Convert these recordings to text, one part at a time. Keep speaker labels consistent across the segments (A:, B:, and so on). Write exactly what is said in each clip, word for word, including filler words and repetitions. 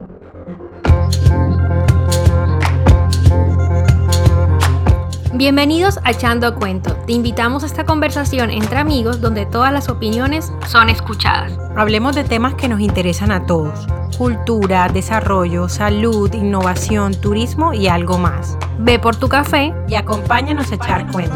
A: Bienvenidos a Echando Cuento. Te invitamos a esta conversación entre amigos donde todas las opiniones son escuchadas.
B: Hablemos de temas que nos interesan a todos: cultura, desarrollo, salud, innovación, turismo y algo más.
A: Ve por tu café
B: y acompáñanos a echar cuento.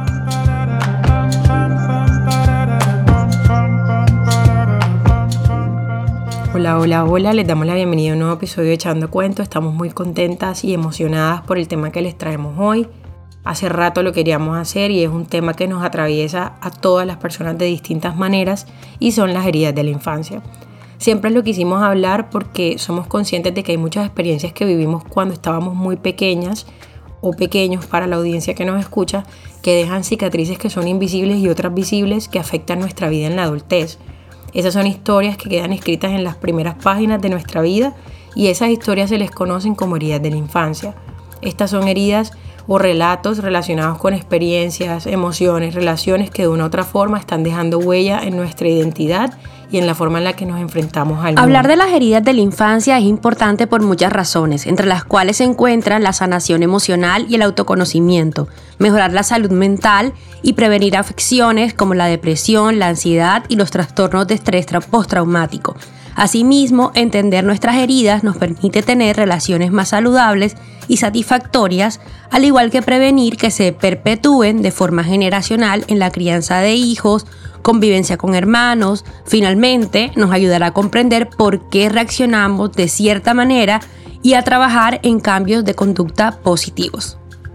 B: Hola, hola, hola, les damos la bienvenida a un nuevo episodio de Echando Cuento. Estamos muy contentas y emocionadas por el tema que les traemos hoy. Hace rato lo queríamos hacer y es un tema que nos atraviesa a todas las personas de distintas maneras y son las heridas de la infancia. Siempre lo quisimos hablar porque somos conscientes de que hay muchas experiencias que vivimos cuando estábamos muy pequeñas o pequeños para la audiencia que nos escucha, que dejan cicatrices que son invisibles y otras visibles que afectan nuestra vida en la adultez. Esas son historias que quedan escritas en las primeras páginas de nuestra vida y esas historias se les conocen como heridas de la infancia. Estas son heridas o relatos relacionados con experiencias, emociones, relaciones que de una u otra forma están dejando huella en nuestra identidad y en la forma en la que nos enfrentamos al mundo.
C: Hablar de las heridas de la infancia es importante por muchas razones, entre las cuales se encuentran la sanación emocional y el autoconocimiento, mejorar la salud mental y prevenir afecciones como la depresión, la ansiedad y los trastornos de estrés postraumático. Asimismo, entender nuestras heridas nos permite tener relaciones más saludables y satisfactorias, al igual que prevenir que se perpetúen de forma generacional en la crianza de hijos, convivencia con hermanos. Finalmente, nos ayudará a comprender por qué reaccionamos de cierta manera y a trabajar en cambios de conducta positivos.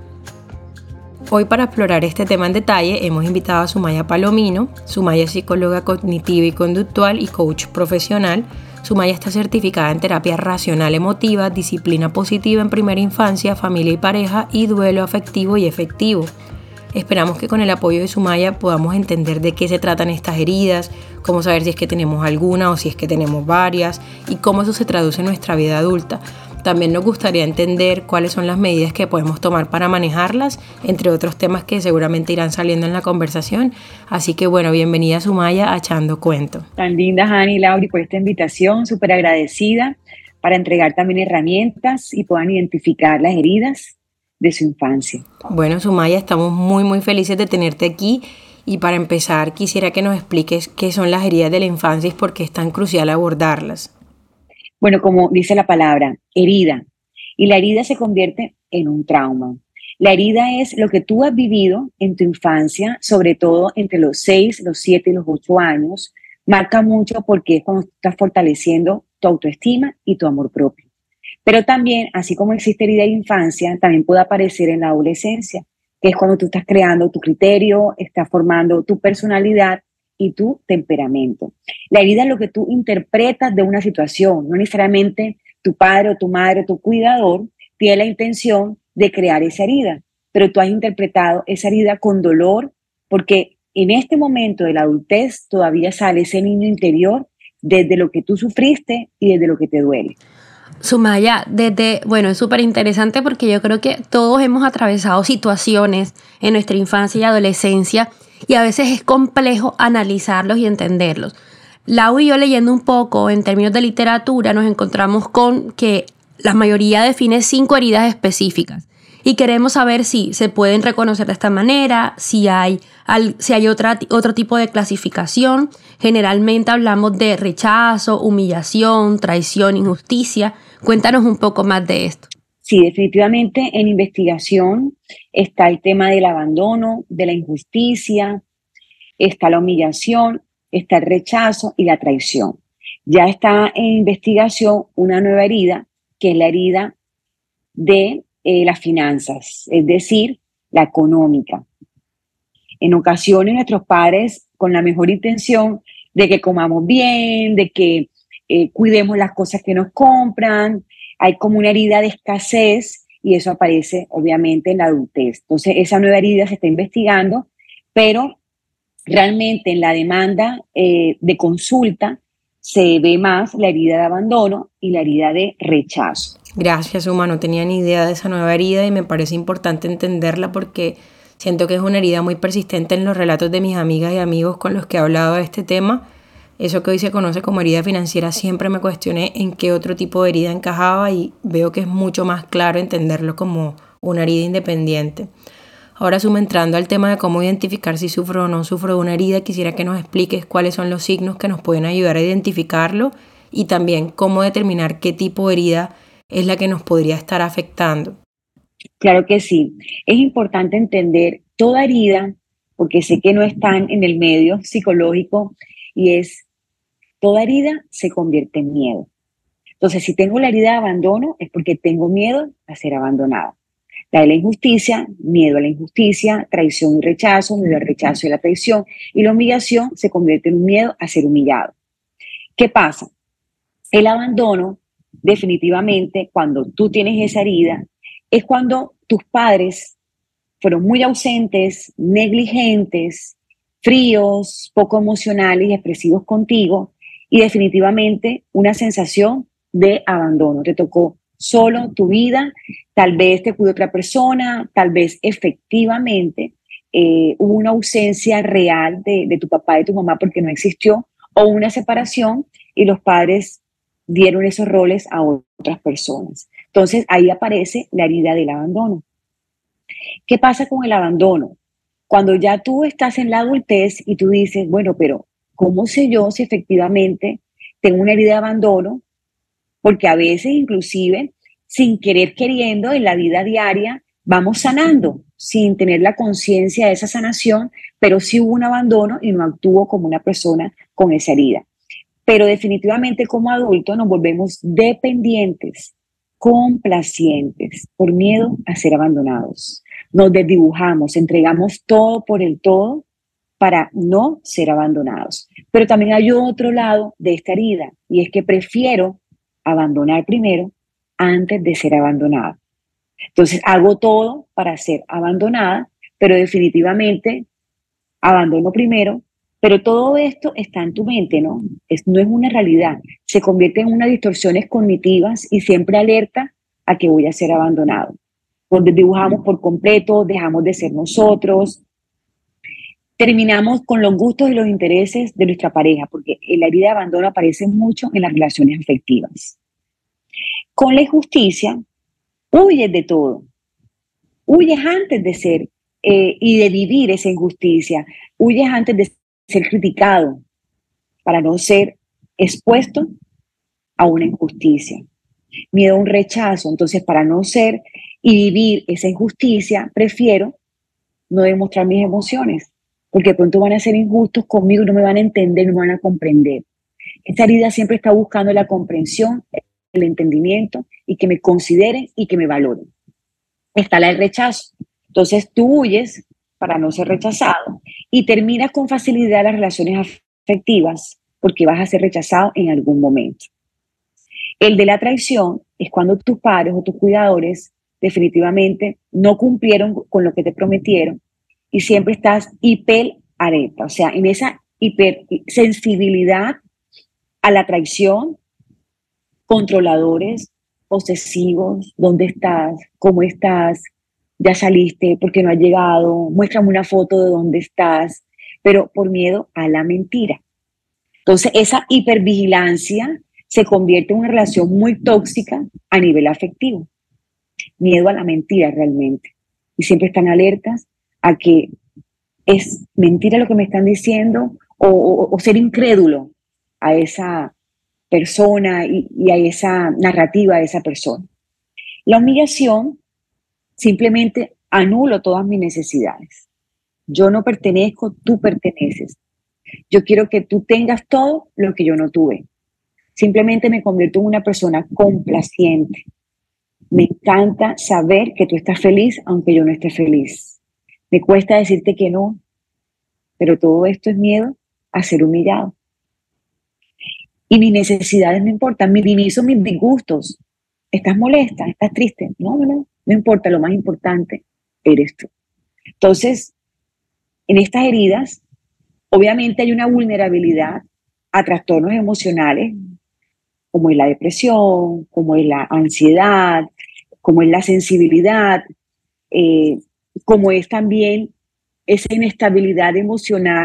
B: Hoy, para explorar este tema en detalle, hemos invitado a Sumaya Palomino. Sumaya es psicóloga cognitiva y conductual y coach profesional. Sumaya está certificada en terapia racional emotiva, disciplina positiva en primera infancia, familia y pareja y duelo afectivo y efectivo. Esperamos que con el apoyo de Sumaya podamos entender de qué se tratan estas heridas, cómo saber si es que tenemos alguna o si es que tenemos varias y cómo eso se traduce en nuestra vida adulta. También nos gustaría entender cuáles son las medidas que podemos tomar para manejarlas, entre otros temas que seguramente irán saliendo en la conversación. Así que bueno, bienvenida Sumaya a Echando Cuento.
D: Tan linda, Hani y Lauri, por esta invitación, súper agradecida para entregar también herramientas y puedan identificar las heridas de su infancia.
B: Bueno, Sumaya, estamos muy muy felices de tenerte aquí y para empezar quisiera que nos expliques qué son las heridas de la infancia y por qué es tan crucial abordarlas.
D: Bueno, como dice la palabra, herida. Y la herida se convierte en un trauma. La herida es lo que tú has vivido en tu infancia, sobre todo entre los seis, los siete y los ocho años. Marca mucho porque es cuando estás fortaleciendo tu autoestima y tu amor propio. Pero también, así como existe herida de infancia, también puede aparecer en la adolescencia, que es cuando tú estás creando tu criterio, estás formando tu personalidad y tu temperamento. La herida es lo que tú interpretas de una situación, no necesariamente tu padre o tu madre o tu cuidador tiene la intención de crear esa herida, pero tú has interpretado esa herida con dolor porque en este momento de la adultez todavía sale ese niño interior desde lo que tú sufriste y desde lo que te duele.
C: Sumaya, desde, bueno, es súper interesante porque yo creo que todos hemos atravesado situaciones en nuestra infancia y adolescencia y a veces es complejo analizarlos y entenderlos. Lau y yo, leyendo un poco en términos de literatura, nos encontramos con que la mayoría define cinco heridas específicas y queremos saber si se pueden reconocer de esta manera, si hay, si hay otra, otro tipo de clasificación. Generalmente hablamos de rechazo, humillación, traición, injusticia. Cuéntanos un poco más de esto.
D: Sí, definitivamente en investigación está el tema del abandono, de la injusticia, está la humillación, está el rechazo y la traición. Ya está en investigación una nueva herida, que es la herida de eh, las finanzas, es decir, la económica. En ocasiones nuestros padres, con la mejor intención de que comamos bien, de que eh, cuidemos las cosas que nos compran, hay como una herida de escasez y eso aparece obviamente en la adultez. Entonces esa nueva herida se está investigando, pero realmente en la demanda eh, de consulta se ve más la herida de abandono y la herida de rechazo.
B: Gracias, Suma, no tenía ni idea de esa nueva herida y me parece importante entenderla porque siento que es una herida muy persistente en los relatos de mis amigas y amigos con los que he hablado de este tema, Eso que hoy se conoce como herida financiera, siempre me cuestioné en qué otro tipo de herida encajaba y veo que es mucho más claro entenderlo como una herida independiente. Ahora, suma entrando al tema de cómo identificar si sufro o no sufro de una herida, quisiera que nos expliques cuáles son los signos que nos pueden ayudar a identificarlo y también cómo determinar qué tipo de herida es la que nos podría estar afectando.
D: Claro que sí. Es importante entender toda herida, porque sé que no están en el medio psicológico, y es, toda herida se convierte en miedo. Entonces, si tengo la herida de abandono, es porque tengo miedo a ser abandonada. La de la injusticia, miedo a la injusticia, traición y rechazo, miedo al rechazo y la traición, y la humillación se convierte en un miedo a ser humillado. ¿Qué pasa? El abandono, definitivamente, cuando tú tienes esa herida, es cuando tus padres fueron muy ausentes, negligentes, fríos, poco emocionales y expresivos contigo, y definitivamente una sensación de abandono. Te tocó solo tu vida, tal vez te cuidó otra persona, tal vez efectivamente eh, hubo una ausencia real de, de tu papá y de tu mamá porque no existió, o una separación y los padres dieron esos roles a otras personas. Entonces ahí aparece la herida del abandono. ¿Qué pasa con el abandono? Cuando ya tú estás en la adultez y tú dices, bueno, pero ¿cómo sé yo si efectivamente tengo una herida de abandono? Porque a veces inclusive sin querer queriendo en la vida diaria vamos sanando sin tener la conciencia de esa sanación, pero sí hubo un abandono y no actúo como una persona con esa herida. Pero definitivamente como adultos nos volvemos dependientes, complacientes, por miedo a ser abandonados. Nos desdibujamos, entregamos todo por el todo para no ser abandonados. Pero también hay otro lado de esta herida, y es que prefiero abandonar primero antes de ser abandonada. Entonces hago todo para ser abandonada, pero definitivamente abandono primero. Pero todo esto está en tu mente, ¿no? Es, no es una realidad. Se convierte en unas distorsiones cognitivas y siempre alerta a que voy a ser abandonado. Nos desdibujamos por completo, dejamos de ser nosotros, terminamos con los gustos y los intereses de nuestra pareja, porque la herida de abandono aparece mucho en las relaciones afectivas. Con la injusticia, huyes de todo. Huyes antes de ser eh, y de vivir esa injusticia. Huyes antes de ser criticado para no ser expuesto a una injusticia. Miedo a un rechazo. Entonces, para no ser y vivir esa injusticia, prefiero no demostrar mis emociones, porque de pronto van a ser injustos conmigo y no me van a entender, no me van a comprender. Esta herida siempre está buscando la comprensión, el entendimiento y que me consideren y que me valoren. Está la del rechazo. Entonces tú huyes para no ser rechazado y terminas con facilidad las relaciones afectivas porque vas a ser rechazado en algún momento. El de la traición es cuando tus padres o tus cuidadores definitivamente no cumplieron con lo que te prometieron y siempre estás hiper alerta, o sea, en esa hipersensibilidad a la traición, controladores, posesivos, ¿dónde estás? ¿Cómo estás? ¿Ya saliste? ¿Por qué no has llegado? Muéstrame una foto de dónde estás, pero por miedo a la mentira. Entonces, esa hipervigilancia se convierte en una relación muy tóxica a nivel afectivo. Miedo a la mentira realmente. Y siempre están alertas a que es mentira lo que me están diciendo o, o, o ser incrédulo a esa persona y, y a esa narrativa de esa persona. La humillación, simplemente anulo todas mis necesidades. Yo no pertenezco, tú perteneces. Yo quiero que tú tengas todo lo que yo no tuve. Simplemente me convierto en una persona complaciente. Me encanta saber que tú estás feliz aunque yo no esté feliz. Me cuesta decirte que no, pero todo esto es miedo a ser humillado. Y mis necesidades no importan, minimizo mis disgustos. ¿Estás molesta? ¿Estás triste? No, no, no, no importa, lo más importante eres tú. Entonces, en estas heridas, obviamente hay una vulnerabilidad a trastornos emocionales, como es la depresión, como es la ansiedad, como es la sensibilidad, eh, como es también esa inestabilidad emocional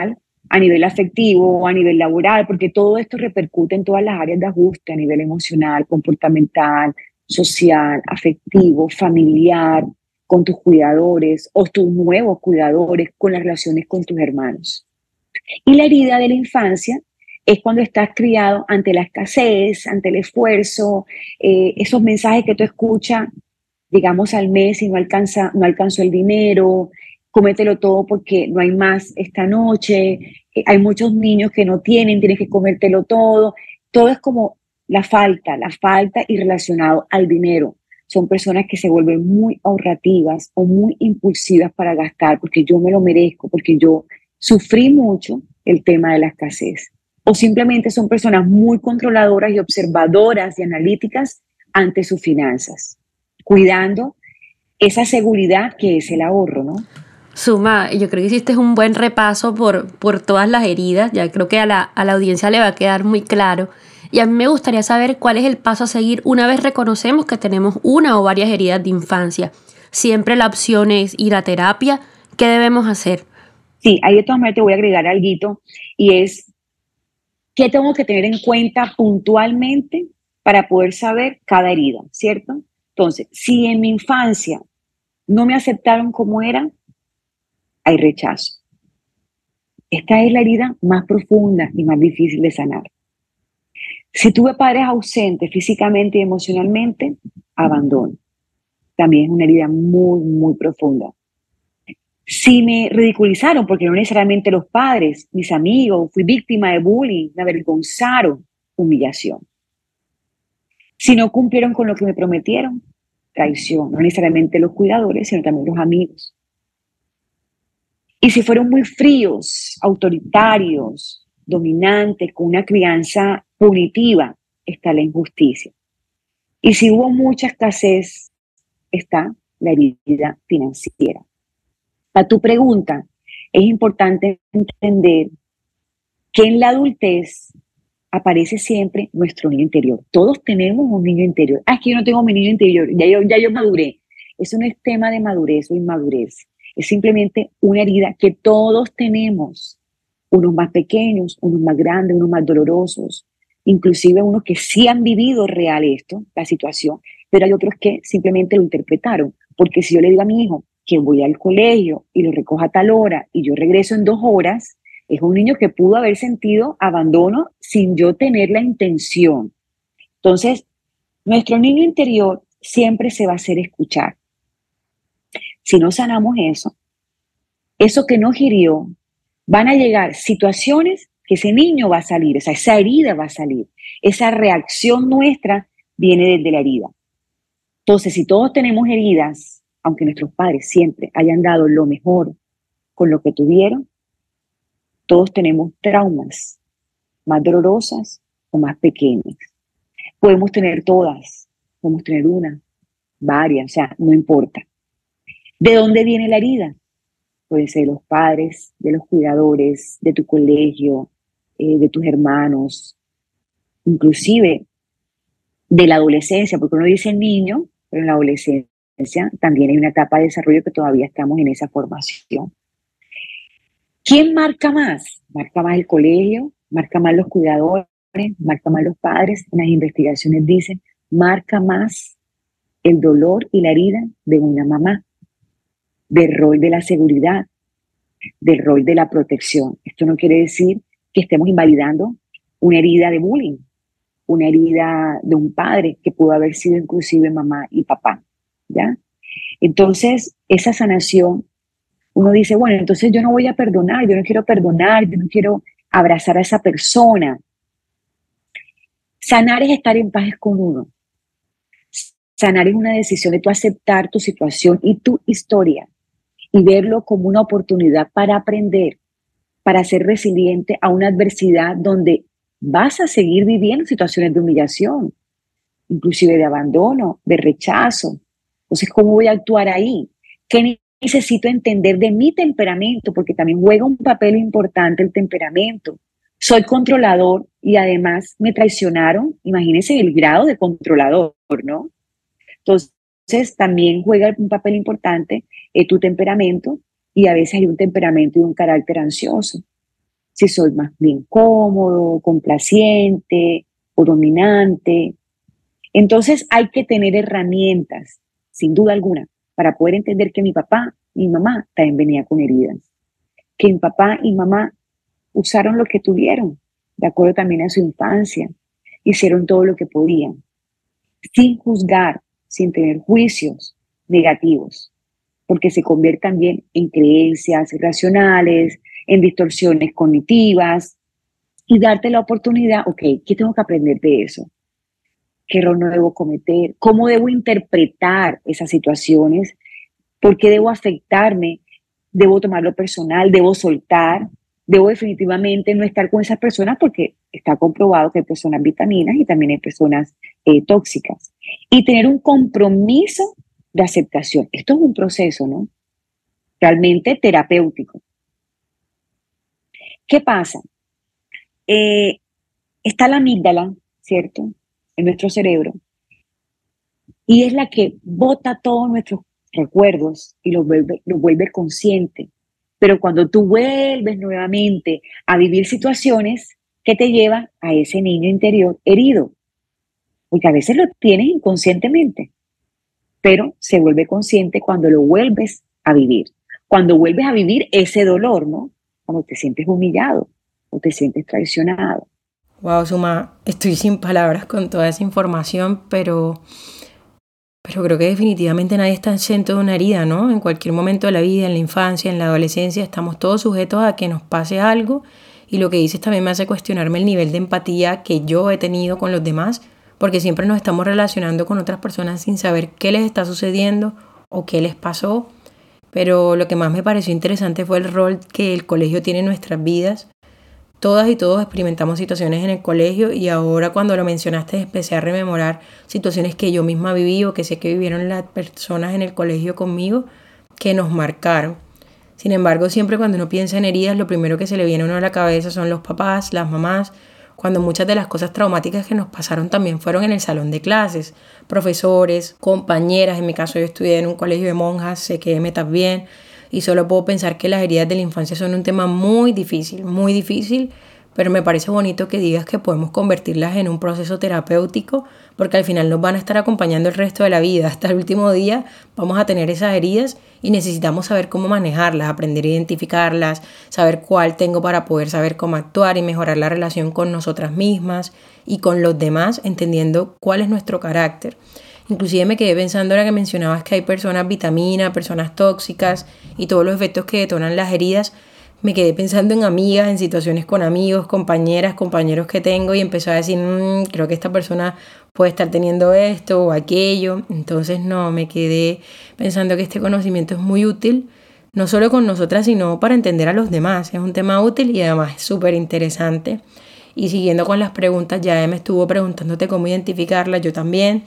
D: a nivel afectivo, a nivel laboral, porque todo esto repercute en todas las áreas de ajuste, a nivel emocional, comportamental, social, afectivo, familiar, con tus cuidadores o tus nuevos cuidadores, con las relaciones con tus hermanos. Y la herida de la infancia es cuando estás criado ante la escasez, ante el esfuerzo, eh, esos mensajes que tú escuchas, llegamos al mes y no, alcanza, no alcanzó el dinero, cómetelo todo porque no hay más esta noche, eh, hay muchos niños que no tienen, tienes que comértelo todo. Todo es como la falta, la falta y relacionado al dinero. Son personas que se vuelven muy ahorrativas o muy impulsivas para gastar porque yo me lo merezco, porque yo sufrí mucho el tema de la escasez. O simplemente son personas muy controladoras y observadoras y analíticas ante sus finanzas, cuidando esa seguridad que es el ahorro, ¿no?
C: Suma, yo creo que hiciste un buen repaso por, por todas las heridas. Ya creo que a la, a la audiencia le va a quedar muy claro. Y a mí me gustaría saber cuál es el paso a seguir una vez reconocemos que tenemos una o varias heridas de infancia. Siempre la opción es ir a terapia. ¿Qué debemos hacer?
D: Sí, ahí de todas maneras te voy a agregar algo, y es qué tengo que tener en cuenta puntualmente para poder saber cada herida, ¿cierto? Entonces, si en mi infancia no me aceptaron como era, hay rechazo. Esta es la herida más profunda y más difícil de sanar. Si tuve padres ausentes físicamente y emocionalmente, abandono. También es una herida muy, muy profunda. Si me ridiculizaron, porque no necesariamente los padres, mis amigos, fui víctima de bullying, me avergonzaron, humillación. Si no cumplieron con lo que me prometieron, traición, no necesariamente los cuidadores, sino también los amigos. Y si fueron muy fríos, autoritarios, dominantes, con una crianza punitiva, está la injusticia. Y si hubo mucha escasez, está la herida financiera. Para tu pregunta, es importante entender que en la adultez aparece siempre nuestro niño interior. Todos tenemos un niño interior. Ah, es que yo no tengo mi niño interior, ya yo, ya yo maduré. Eso no es tema de madurez o inmadurez. Es simplemente una herida que todos tenemos. Unos más pequeños, unos más grandes, unos más dolorosos. Inclusive unos que sí han vivido real esto, la situación, pero hay otros que simplemente lo interpretaron. Porque si yo le digo a mi hijo que voy al colegio y lo recojo a tal hora y yo regreso en dos horas, es un niño que pudo haber sentido abandono sin yo tener la intención. Entonces, nuestro niño interior siempre se va a hacer escuchar. Si no sanamos eso, eso que nos hirió, van a llegar situaciones que ese niño va a salir, o sea, esa herida va a salir. Esa reacción nuestra viene desde la herida. Entonces, si todos tenemos heridas, aunque nuestros padres siempre hayan dado lo mejor con lo que tuvieron, todos tenemos traumas, más dolorosas o más pequeñas. Podemos tener todas, podemos tener una, varias, o sea, no importa. ¿De dónde viene la herida? Puede ser de los padres, de los cuidadores, de tu colegio, eh, de tus hermanos, inclusive de la adolescencia, porque uno dice niño, pero en la adolescencia también hay una etapa de desarrollo que todavía estamos en esa formación. ¿Quién marca más? Marca más el colegio, marca más los cuidadores, marca más los padres. En las investigaciones dicen, marca más el dolor y la herida de una mamá, del rol de la seguridad, del rol de la protección. Esto no quiere decir que estemos invalidando una herida de bullying, una herida de un padre que pudo haber sido inclusive mamá y papá, ¿ya? Entonces, esa sanación, uno dice, bueno, entonces yo no voy a perdonar, yo no quiero perdonar, yo no quiero abrazar a esa persona. Sanar es estar en paz con uno. Sanar es una decisión de tú aceptar tu situación y tu historia y verlo como una oportunidad para aprender, para ser resiliente a una adversidad donde vas a seguir viviendo situaciones de humillación, inclusive de abandono, de rechazo. Entonces, ¿cómo voy a actuar ahí? ¿Qué necesito entender de mi temperamento? Porque también juega un papel importante el temperamento. Soy controlador y además me traicionaron. Imagínense el grado de controlador, ¿no? Entonces, también juega un papel importante eh, tu temperamento, y a veces hay un temperamento y un carácter ansioso. si soy más bien cómodo, complaciente o dominante. Entonces hay que tener herramientas, sin duda alguna, para poder entender que mi papá y mi mamá también venían con heridas, que mi papá y mamá usaron lo que tuvieron, de acuerdo también a su infancia, hicieron todo lo que podían, sin juzgar, sin tener juicios negativos, porque se convierte también en creencias irracionales, en distorsiones cognitivas, y darte la oportunidad, ok, ¿qué tengo que aprender de eso? ¿Qué error no debo cometer? ¿Cómo debo interpretar esas situaciones? ¿Por qué debo afectarme? ¿Debo tomarlo personal? ¿Debo soltar? Debo definitivamente no estar con esas personas porque está comprobado que hay personas vitaminas y también hay personas eh, tóxicas. Y tener un compromiso de aceptación. Esto es un proceso, ¿no? Realmente terapéutico. ¿Qué pasa? Eh, está la amígdala, ¿cierto? En nuestro cerebro. Y es la que bota todos nuestros recuerdos y los vuelve, los vuelve consciente. Pero cuando tú vuelves nuevamente a vivir situaciones que te llevan a ese niño interior herido, porque a veces lo tienes inconscientemente, pero se vuelve consciente cuando lo vuelves a vivir. Cuando vuelves a vivir ese dolor, ¿no? Cuando te sientes humillado o te sientes traicionado.
B: Wow, Suma, estoy sin palabras con toda esa información, pero, pero creo que definitivamente nadie está exento de una herida, ¿no? En cualquier momento de la vida, en la infancia, en la adolescencia, estamos todos sujetos a que nos pase algo, y lo que dices también me hace cuestionarme el nivel de empatía que yo he tenido con los demás, porque siempre nos estamos relacionando con otras personas sin saber qué les está sucediendo o qué les pasó. Pero lo que más me pareció interesante fue el rol que el colegio tiene en nuestras vidas. Todas y todos experimentamos situaciones en el colegio, y ahora cuando lo mencionaste empecé a rememorar situaciones que yo misma viví o que sé que vivieron las personas en el colegio conmigo, que nos marcaron. Sin embargo, siempre cuando uno piensa en heridas, lo primero que se le viene a uno a la cabeza son los papás, las mamás, cuando muchas de las cosas traumáticas que nos pasaron también fueron en el salón de clases, profesores, compañeras. En mi caso yo estudié en un colegio de monjas, sé que M también, y solo puedo pensar que las heridas de la infancia son un tema muy difícil, muy difícil, pero me parece bonito que digas que podemos convertirlas en un proceso terapéutico, porque al final nos van a estar acompañando el resto de la vida. Hasta el último día vamos a tener esas heridas y necesitamos saber cómo manejarlas, aprender a identificarlas, saber cuál tengo para poder saber cómo actuar y mejorar la relación con nosotras mismas y con los demás, entendiendo cuál es nuestro carácter. Inclusive me quedé pensando ahora que mencionabas que hay personas vitamina, personas tóxicas y todos los efectos que detonan las heridas. Me quedé pensando en amigas, en situaciones con amigos, compañeras, compañeros que tengo, y empezó a decir, mmm, creo que esta persona puede estar teniendo esto o aquello. Entonces no, me quedé pensando que este conocimiento es muy útil, no solo con nosotras, sino para entender a los demás. Es un tema útil y además es súper interesante. Y siguiendo con las preguntas, ya me estuvo preguntándote cómo identificarlas, yo también.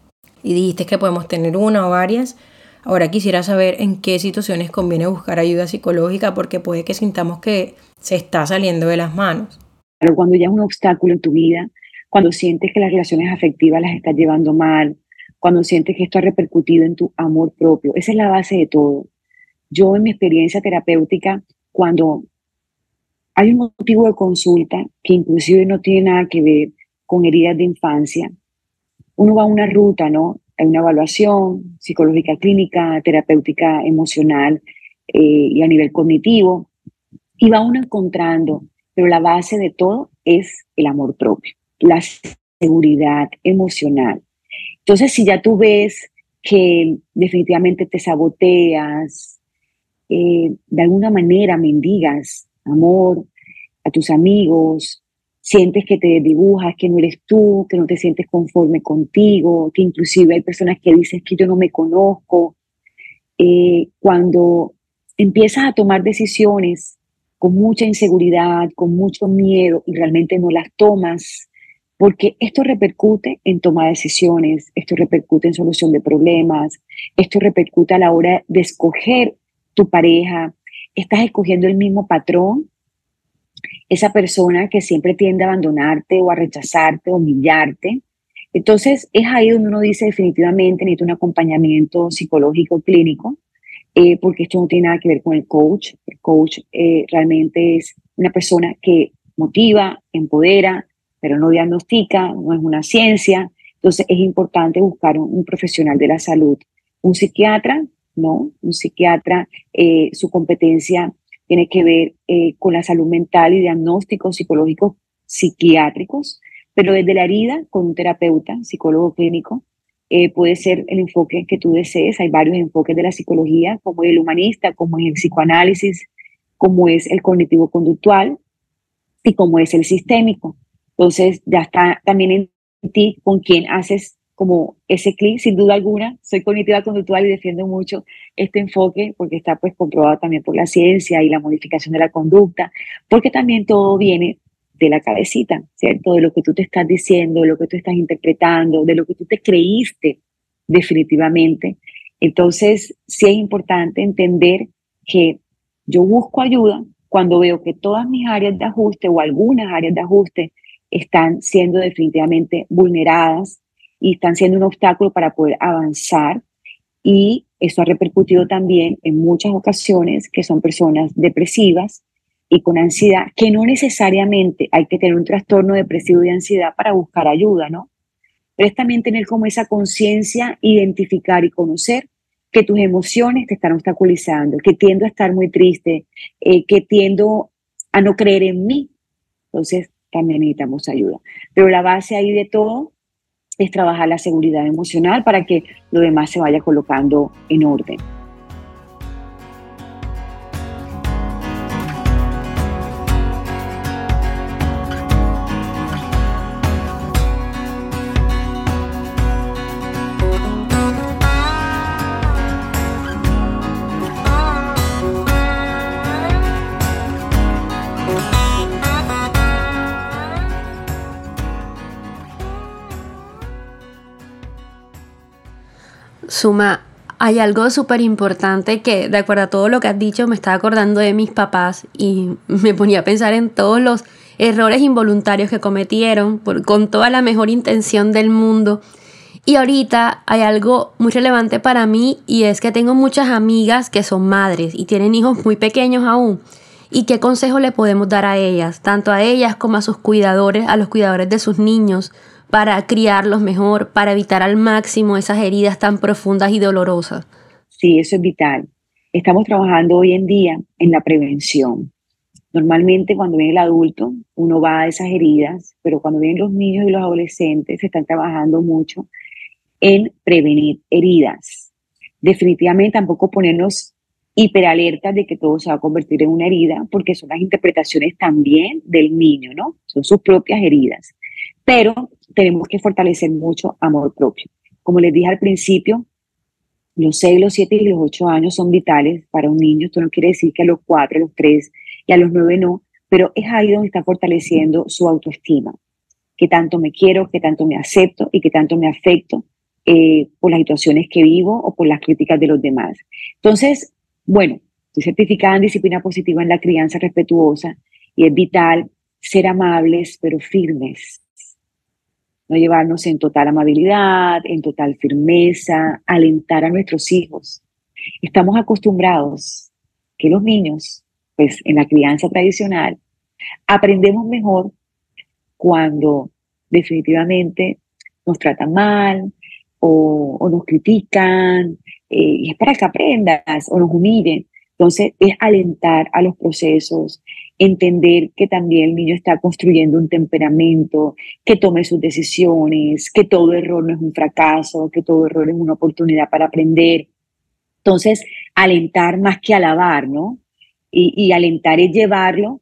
B: Y dijiste que podemos tener una o varias. Ahora quisiera saber en qué situaciones conviene buscar ayuda psicológica, porque puede que sintamos que se está saliendo de las manos.
D: Pero cuando ya es un obstáculo en tu vida, cuando sientes que las relaciones afectivas las estás llevando mal, cuando sientes que esto ha repercutido en tu amor propio, esa es la base de todo. Yo en mi experiencia terapéutica, cuando hay un motivo de consulta que inclusive no tiene nada que ver con heridas de infancia, uno va a una ruta, ¿no? Hay una evaluación psicológica clínica, terapéutica emocional eh, y a nivel cognitivo, y va uno encontrando, pero la base de todo es el amor propio, la seguridad emocional. Entonces, si ya tú ves que definitivamente te saboteas, eh, de alguna manera mendigas amor a tus amigos, sientes que te desdibujas, que no eres tú, que no te sientes conforme contigo, que inclusive hay personas que dicen que yo no me conozco. Eh, cuando empiezas a tomar decisiones con mucha inseguridad, con mucho miedo y realmente no las tomas, porque esto repercute en toma de decisiones, esto repercute en solución de problemas, esto repercute a la hora de escoger tu pareja, estás escogiendo el mismo patrón, esa persona que siempre tiende a abandonarte o a rechazarte o humillarte. Entonces es ahí donde uno dice definitivamente necesito un acompañamiento psicológico clínico, eh, porque esto no tiene nada que ver con el coach. El coach eh, realmente es una persona que motiva, empodera, pero no diagnostica, no es una ciencia. Entonces es importante buscar un, un profesional de la salud. Un psiquiatra, no, un psiquiatra, eh, su competencia tiene que ver eh, con la salud mental y diagnósticos psicológicos psiquiátricos, pero desde la herida con un terapeuta, psicólogo clínico, eh, puede ser el enfoque que tú desees. Hay varios enfoques de la psicología, como el humanista, como es el psicoanálisis, como es el cognitivo-conductual y como es el sistémico. Entonces ya está también en ti con quién haces como ese clic. Sin duda alguna, soy cognitiva conductual y defiendo mucho este enfoque porque está pues comprobado también por la ciencia y la modificación de la conducta, porque también todo viene de la cabecita, ¿cierto? De lo que tú te estás diciendo, de lo que tú estás interpretando, de lo que tú te creíste definitivamente. Entonces, sí es importante entender que yo busco ayuda cuando veo que todas mis áreas de ajuste o algunas áreas de ajuste están siendo definitivamente vulneradas y están siendo un obstáculo para poder avanzar. Y eso ha repercutido también en muchas ocasiones que son personas depresivas y con ansiedad, que no necesariamente hay que tener un trastorno depresivo de ansiedad para buscar ayuda, ¿no? Pero es también tener como esa conciencia, identificar y conocer que tus emociones te están obstaculizando, que tiendo a estar muy triste, eh, que tiendo a no creer en mí. Entonces también necesitamos ayuda. Pero la base ahí de todo es trabajar la seguridad emocional para que lo demás se vaya colocando en orden.
C: Suma, hay algo súper importante que, de acuerdo a todo lo que has dicho, me estaba acordando de mis papás y me ponía a pensar en todos los errores involuntarios que cometieron por, con toda la mejor intención del mundo. Y ahorita hay algo muy relevante para mí y es que tengo muchas amigas que son madres y tienen hijos muy pequeños aún. ¿Y qué consejo le podemos dar a ellas, tanto a ellas como a sus cuidadores, a los cuidadores de sus niños, para criarlos mejor, para evitar al máximo esas heridas tan profundas y dolorosas?
D: Sí, eso es vital. Estamos trabajando hoy en día en la prevención. Normalmente cuando viene el adulto, uno va a esas heridas, pero cuando vienen los niños y los adolescentes, se están trabajando mucho en prevenir heridas. Definitivamente tampoco ponernos hiperalertas de que todo se va a convertir en una herida, porque son las interpretaciones también del niño, ¿no? Son sus propias heridas. Pero tenemos que fortalecer mucho amor propio. Como les dije al principio, los seis, los siete y los ocho años son vitales para un niño. Esto no quiere decir que a los cuatro, a los tres y a los nueve no, pero es ahí donde está fortaleciendo su autoestima. Qué tanto me quiero, qué tanto me acepto y qué tanto me afecto eh, por las situaciones que vivo o por las críticas de los demás. Entonces, bueno, estoy certificada en disciplina positiva en la crianza respetuosa y es vital ser amables pero firmes. No llevarnos en total amabilidad, en total firmeza, alentar a nuestros hijos. Estamos acostumbrados que los niños, pues en la crianza tradicional, aprendemos mejor cuando definitivamente nos tratan mal o, o nos critican, eh, y es para que aprendas o nos humillen. Entonces es alentar a los procesos, entender que también el niño está construyendo un temperamento, que tome sus decisiones, que todo error no es un fracaso, que todo error es una oportunidad para aprender. Entonces, alentar más que alabar, ¿no? Y, y alentar es llevarlo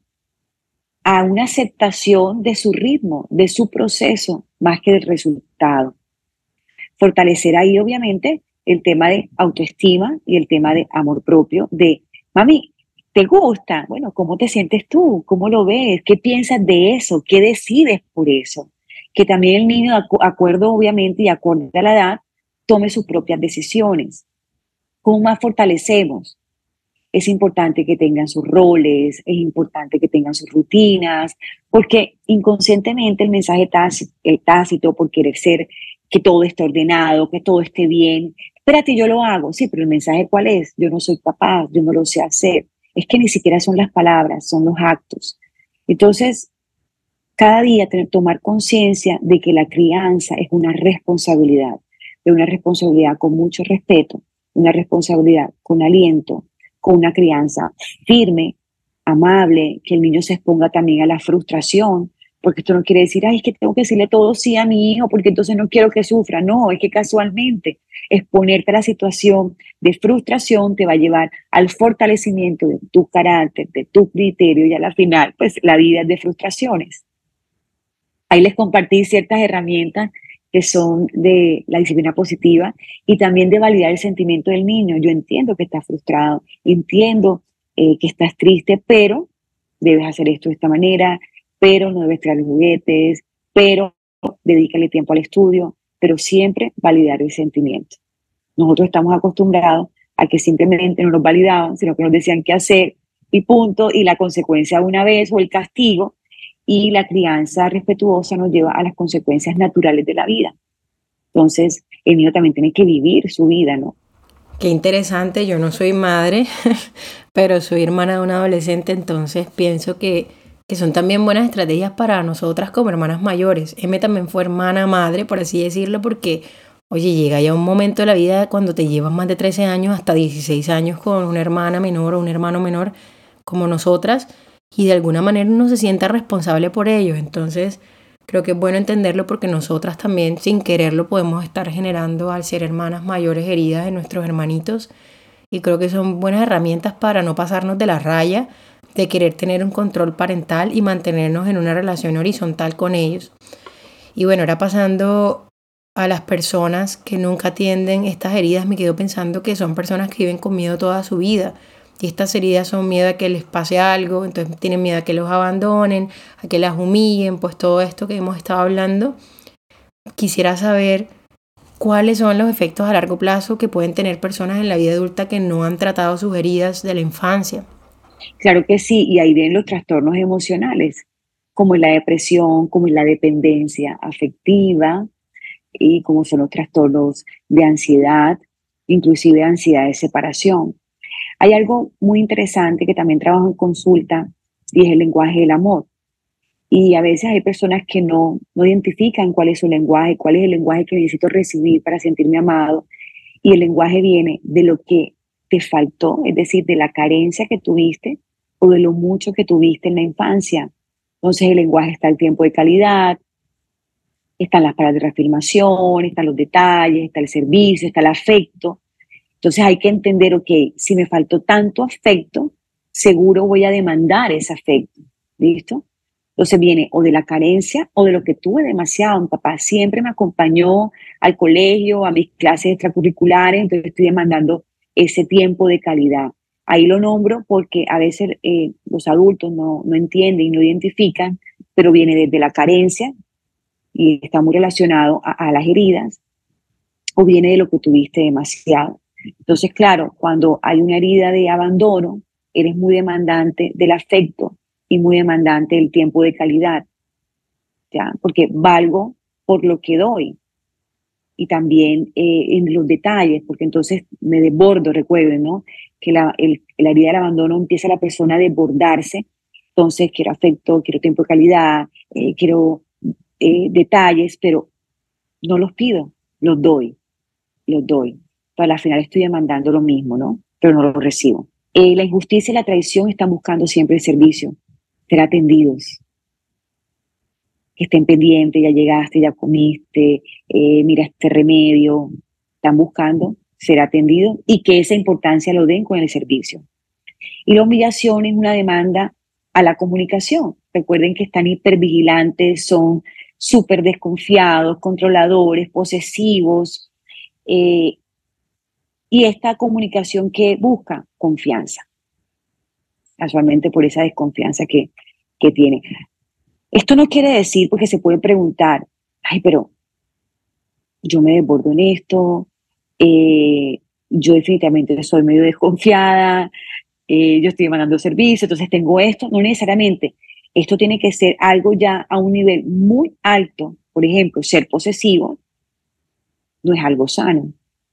D: a una aceptación de su ritmo, de su proceso, más que del resultado. Fortalecer ahí, obviamente, el tema de autoestima y el tema de amor propio, de, mami, ¿te gusta? Bueno, ¿cómo te sientes tú? ¿Cómo lo ves? ¿Qué piensas de eso? ¿Qué decides por eso? Que también el niño, de acuerdo obviamente y acorde a la edad, tome sus propias decisiones. ¿Cómo más fortalecemos? Es importante que tengan sus roles, es importante que tengan sus rutinas, porque inconscientemente el mensaje tácito, el tácito por querer ser que todo esté ordenado, que todo esté bien. Espérate, yo lo hago. Sí, pero el mensaje ¿cuál es? Yo no soy capaz, yo no lo sé hacer. Es que ni siquiera son las palabras, son los actos. Entonces, cada día tener, tomar conciencia de que la crianza es una responsabilidad, de una responsabilidad con mucho respeto, una responsabilidad con aliento, con una crianza firme, amable, que el niño se exponga también a la frustración, porque esto no quiere decir, ay, es que tengo que decirle todo sí a mi hijo, porque entonces no quiero que sufra. No, es que casualmente exponerte a la situación de frustración te va a llevar al fortalecimiento de tu carácter, de tu criterio, y a la final, pues la vida es de frustraciones. Ahí les compartí ciertas herramientas que son de la disciplina positiva y también de validar el sentimiento del niño. Yo entiendo que estás frustrado, entiendo eh, que estás triste, pero debes hacer esto de esta manera, pero no debes tirar los juguetes, pero dedícale tiempo al estudio, pero siempre validar el sentimiento. Nosotros estamos acostumbrados a que simplemente no nos validaban, sino que nos decían qué hacer y punto, y la consecuencia de una vez o el castigo, y la crianza respetuosa nos lleva a las consecuencias naturales de la vida. Entonces, el niño también tiene que vivir su vida, ¿no?
B: Qué interesante, yo no soy madre, pero soy hermana de un adolescente, entonces pienso que, que son también buenas estrategias para nosotras como hermanas mayores. M también fue hermana madre, por así decirlo, porque, oye, llega ya un momento de la vida cuando te llevas más de trece años, hasta dieciséis años con una hermana menor o un hermano menor como nosotras, y de alguna manera uno se sienta responsable por ellos. Entonces creo que es bueno entenderlo porque nosotras también sin quererlo podemos estar generando al ser hermanas mayores heridas en nuestros hermanitos, y creo que son buenas herramientas para no pasarnos de la raya de querer tener un control parental y mantenernos en una relación horizontal con ellos. Y bueno, ahora pasando a las personas que nunca atienden estas heridas, me quedo pensando que son personas que viven con miedo toda su vida. Y estas heridas son miedo a que les pase algo, entonces tienen miedo a que los abandonen, a que las humillen, pues todo esto que hemos estado hablando. Quisiera saber cuáles son los efectos a largo plazo que pueden tener personas en la vida adulta que no han tratado sus heridas de la infancia.
D: Claro que sí, y ahí vienen los trastornos emocionales, como la depresión, como la dependencia afectiva, y como son los trastornos de ansiedad, inclusive ansiedad de separación. Hay algo muy interesante que también trabajo en consulta y es el lenguaje del amor. Y a veces hay personas que no, no identifican cuál es su lenguaje, cuál es el lenguaje que necesito recibir para sentirme amado. Y el lenguaje viene de lo que te faltó, es decir, de la carencia que tuviste o de lo mucho que tuviste en la infancia. Entonces el lenguaje está el tiempo de calidad, están las palabras de reafirmación, están los detalles, está el servicio, está el afecto. Entonces hay que entender, ok, si me faltó tanto afecto, seguro voy a demandar ese afecto, ¿listo? Entonces viene o de la carencia o de lo que tuve demasiado. Mi papá siempre me acompañó al colegio, a mis clases extracurriculares, entonces estoy demandando ese tiempo de calidad. Ahí lo nombro porque a veces eh, los adultos no, no entienden y no identifican, pero viene desde la carencia y está muy relacionado a, a las heridas, o viene de lo que tuviste demasiado. Entonces, claro, cuando hay una herida de abandono, eres muy demandante del afecto y muy demandante del tiempo de calidad, ¿ya? Porque valgo por lo que doy. Y también eh, en los detalles, porque entonces me desbordo, recuerden, ¿no? Que la, el, la herida del abandono empieza la persona a desbordarse. Entonces, quiero afecto, quiero tiempo de calidad, eh, quiero eh, detalles, pero no los pido, los doy, los doy. Pero al final estoy demandando lo mismo, ¿no? Pero no lo recibo. Eh, la injusticia y la traición están buscando siempre el servicio, ser atendidos, que estén pendientes, ya llegaste, ya comiste, eh, mira este remedio. Están buscando ser atendidos y que esa importancia lo den con el servicio. Y la humillación es una demanda a la comunicación. Recuerden que están hipervigilantes, son súper desconfiados, controladores, posesivos, eh, y esta comunicación que busca confianza, casualmente por esa desconfianza que, que tiene. Esto no quiere decir, porque se puede preguntar, ay, pero yo me desbordo en esto, eh, yo definitivamente soy medio desconfiada, eh, yo estoy demandando servicio, entonces tengo esto. No necesariamente. Esto tiene que ser algo ya a un nivel muy alto. Por ejemplo, ser posesivo no es algo sano.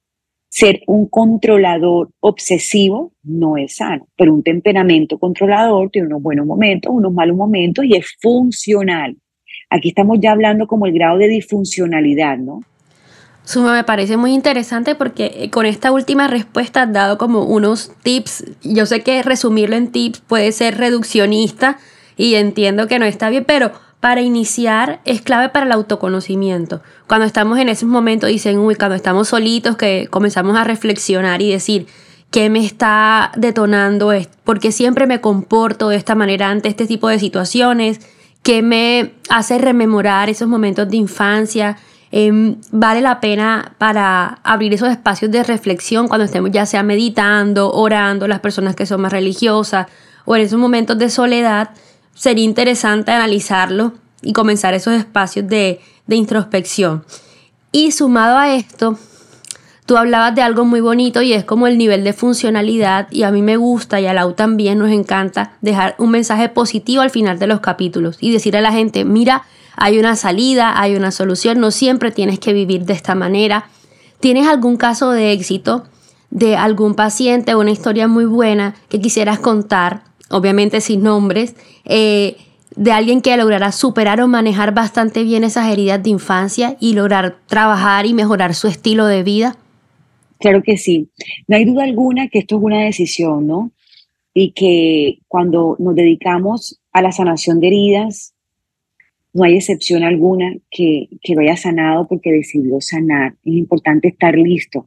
D: Ser un controlador obsesivo no es sano, pero un temperamento controlador tiene unos buenos momentos, unos malos momentos y es funcional. Aquí estamos ya hablando como el grado de disfuncionalidad, ¿no?
C: Suma, me parece muy interesante porque con esta última respuesta has dado como unos tips. Yo sé que resumirlo en tips puede ser reduccionista y entiendo que no está bien, pero para iniciar es clave para el autoconocimiento. Cuando estamos en esos momentos, dicen, uy, cuando estamos solitos, que comenzamos a reflexionar y decir, ¿qué me está detonando esto? ¿Por qué siempre me comporto de esta manera ante este tipo de situaciones? ¿Qué me hace rememorar esos momentos de infancia? Eh, vale la pena para abrir esos espacios de reflexión cuando estemos ya sea meditando, orando, las personas que son más religiosas o en esos momentos de soledad. Sería interesante analizarlo y comenzar esos espacios de, de introspección. Y sumado a esto, tú hablabas de algo muy bonito y es como el nivel de funcionalidad, y a mí me gusta y a Lau también nos encanta dejar un mensaje positivo al final de los capítulos y decir a la gente, mira, hay una salida, hay una solución, no siempre tienes que vivir de esta manera. ¿Tienes algún caso de éxito de algún paciente o una historia muy buena que quisieras contar, obviamente sin nombres, eh, de alguien que lograra superar o manejar bastante bien esas heridas de infancia y lograr trabajar y mejorar su estilo de vida?
D: Claro que sí. No hay duda alguna que esto es una decisión, ¿no? Y que cuando nos dedicamos a la sanación de heridas, no hay excepción alguna que, que lo haya sanado porque decidió sanar. Es importante estar listo.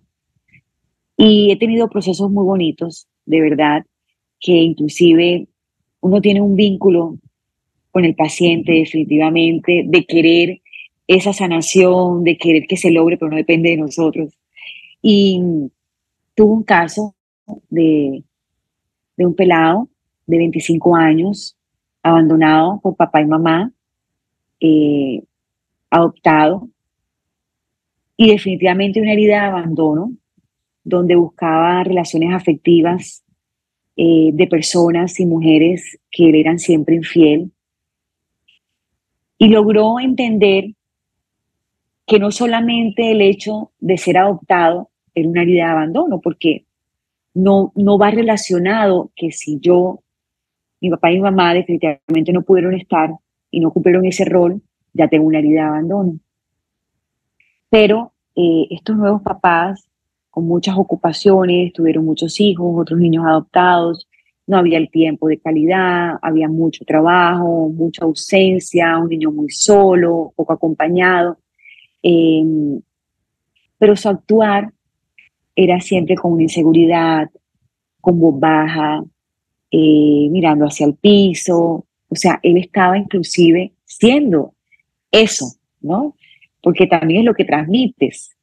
D: Y he tenido procesos muy bonitos, de verdad, que inclusive uno tiene un vínculo con el paciente definitivamente, de querer esa sanación, de querer que se logre, pero no depende de nosotros. Y tuve un caso de, de un pelado de veinticinco años, abandonado por papá y mamá, eh, adoptado, y definitivamente una herida de abandono, donde buscaba relaciones afectivas eh, de personas y mujeres que le eran siempre infiel, y logró entender que no solamente el hecho de ser adoptado era una herida de abandono, porque no, no va relacionado que si yo, mi papá y mi mamá definitivamente no pudieron estar y no cumplieron ese rol, ya tengo una herida de abandono. Pero eh, estos nuevos papás, con muchas ocupaciones, tuvieron muchos hijos, otros niños adoptados, no había el tiempo de calidad, había mucho trabajo, mucha ausencia, un niño muy solo, poco acompañado, eh, pero su actuar era siempre con una inseguridad, con voz baja, eh, mirando hacia el piso, o sea, él estaba inclusive siendo eso, ¿no? Porque también es lo que transmites.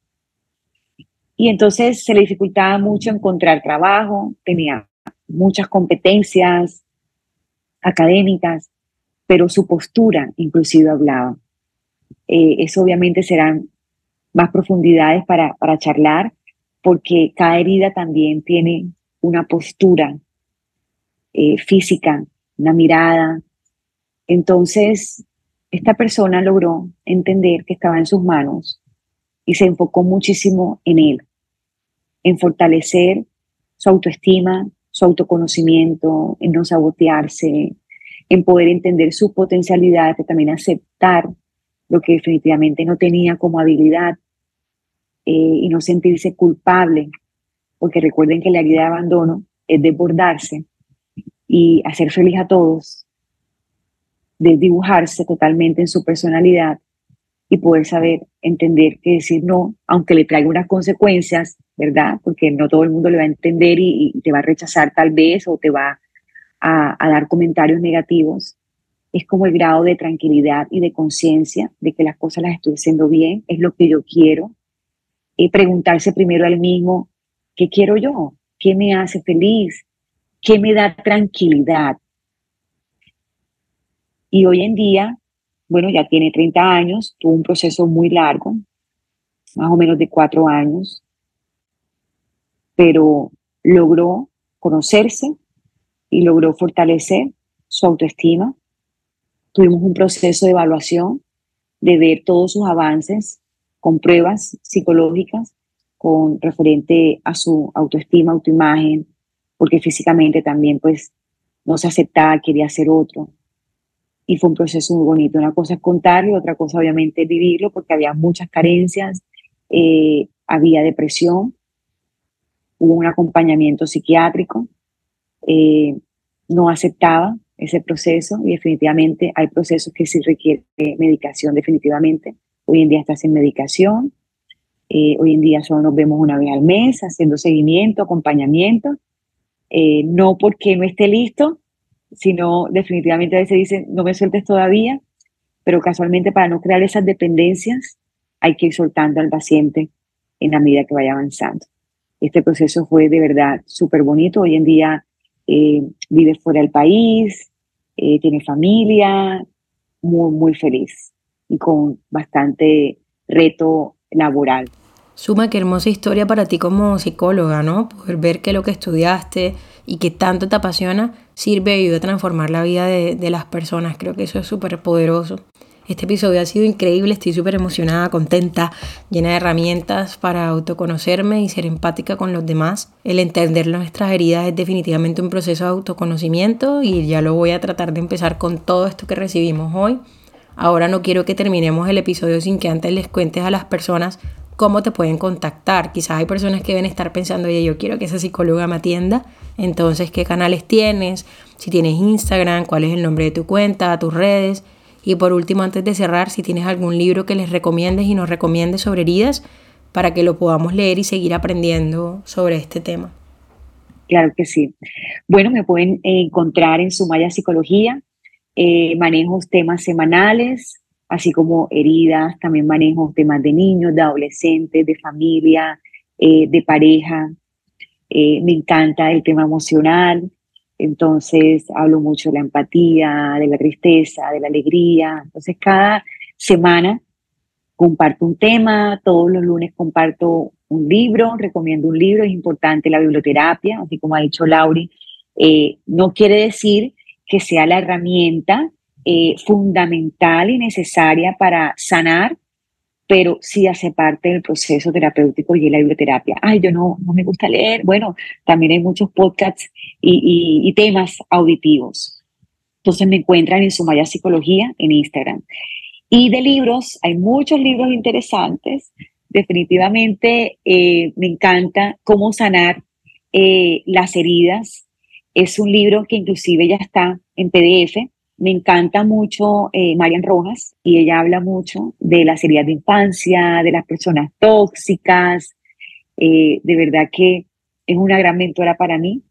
D: Y entonces se le dificultaba mucho encontrar trabajo, tenía muchas competencias académicas, pero su postura inclusive hablaba. Eh, eso obviamente serán más profundidades para, para charlar, porque cada herida también tiene una postura eh, física, una mirada. Entonces, esta persona logró entender que estaba en sus manos y se enfocó muchísimo en él, en fortalecer su autoestima, su autoconocimiento, en no sabotearse, en poder entender su potencialidad, pero también aceptar lo que definitivamente no tenía como habilidad eh, y no sentirse culpable, porque recuerden que la herida de abandono es desbordarse y hacer feliz a todos, desdibujarse totalmente en su personalidad y poder saber entender que decir no, aunque le traiga unas consecuencias, ¿verdad? Porque no todo el mundo le va a entender y, y te va a rechazar tal vez o te va a, a dar comentarios negativos. Es como el grado de tranquilidad y de conciencia de que las cosas las estoy haciendo bien, es lo que yo quiero. Y preguntarse primero al mismo, ¿qué quiero yo? ¿Qué me hace feliz? ¿Qué me da tranquilidad? Y hoy en día, bueno, ya tiene treinta años, tuvo un proceso muy largo, más o menos de cuatro años, pero logró conocerse y logró fortalecer su autoestima. Tuvimos un proceso de evaluación, de ver todos sus avances con pruebas psicológicas con referente a su autoestima, autoimagen, porque físicamente también pues no se aceptaba, quería ser otro. Y fue un proceso muy bonito. Una cosa es contarlo, otra cosa obviamente es vivirlo, porque había muchas carencias, eh, había depresión, hubo un acompañamiento psiquiátrico, eh, no aceptaba ese proceso y definitivamente hay procesos que sí requieren medicación definitivamente. Hoy en día está sin medicación, eh, hoy en día solo nos vemos una vez al mes haciendo seguimiento, acompañamiento, eh, no porque no esté listo, sino definitivamente a veces dicen no me sueltes todavía, pero casualmente para no crear esas dependencias hay que ir soltando al paciente en la medida que vaya avanzando. Este proceso fue de verdad súper bonito. Hoy en día eh, vive fuera del país, eh, tiene familia, muy, muy feliz y con bastante reto laboral.
B: Suma, qué hermosa historia para ti como psicóloga, ¿no? Poder ver que lo que estudiaste y que tanto te apasiona sirve y ayuda a transformar la vida de, de las personas. Creo que eso es súper poderoso. Este episodio ha sido increíble, estoy súper emocionada, contenta, llena de herramientas para autoconocerme y ser empática con los demás. El entender nuestras heridas es definitivamente un proceso de autoconocimiento y ya lo voy a tratar de empezar con todo esto que recibimos hoy. Ahora no quiero que terminemos el episodio sin que antes les cuentes a las personas cómo te pueden contactar. Quizás hay personas que deben estar pensando, oye, yo quiero que esa psicóloga me atienda. Entonces, ¿qué canales tienes? Si tienes Instagram, ¿cuál es el nombre de tu cuenta, tus redes? Y por último, antes de cerrar, si tienes algún libro que les recomiendes y nos recomiendes sobre heridas para que lo podamos leer y seguir aprendiendo sobre este tema.
D: Claro que sí. Bueno, me pueden encontrar en Sumaya Psicología. Eh, manejo temas semanales, así como heridas. También manejo temas de niños, de adolescentes, de familia, eh, de pareja. Eh, me encanta el tema emocional. Entonces hablo mucho de la empatía, de la tristeza, de la alegría. Entonces cada semana comparto un tema, todos los lunes comparto un libro, recomiendo un libro. Es importante la biblioterapia, así como ha dicho Lauri. Eh, no quiere decir que sea la herramienta eh, fundamental y necesaria para sanar, pero sí hace parte del proceso terapéutico y la biblioterapia. Ay, yo no, no me gusta leer. Bueno, también hay muchos podcasts y, y, y temas auditivos. Entonces me encuentran en Sumaya Psicología en Instagram. Y de libros, hay muchos libros interesantes. Definitivamente eh, me encanta Cómo sanar eh, las heridas. Es un libro que inclusive ya está en P D F. Me encanta mucho eh, Marian Rojas, y ella habla mucho de las heridas de infancia, de las personas tóxicas. Eh, de verdad que es una gran mentora para mí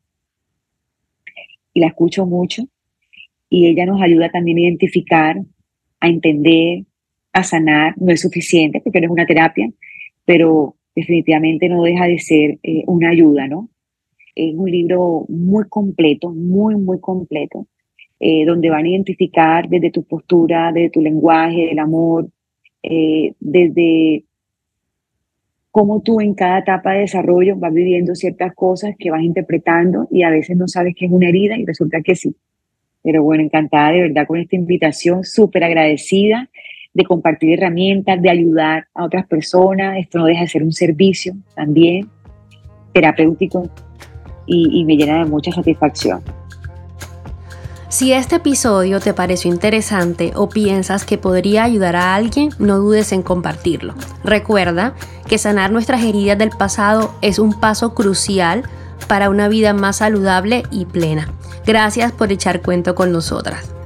D: y la escucho mucho. Y ella nos ayuda también a identificar, a entender, a sanar. No es suficiente porque no es una terapia, pero definitivamente no deja de ser eh, una ayuda, ¿no? Es un libro muy completo, muy, muy completo. Eh, donde van a identificar desde tu postura, desde tu lenguaje, del amor, eh, desde cómo tú en cada etapa de desarrollo vas viviendo ciertas cosas que vas interpretando y a veces no sabes que es una herida y resulta que sí. Pero bueno, encantada de verdad con esta invitación, súper agradecida de compartir herramientas, de ayudar a otras personas. Esto no deja de ser un servicio también terapéutico y, y me llena de mucha satisfacción.
C: Si este episodio te pareció interesante o piensas que podría ayudar a alguien, no dudes en compartirlo. Recuerda que sanar nuestras heridas del pasado es un paso crucial para una vida más saludable y plena. Gracias por echar cuento con nosotras.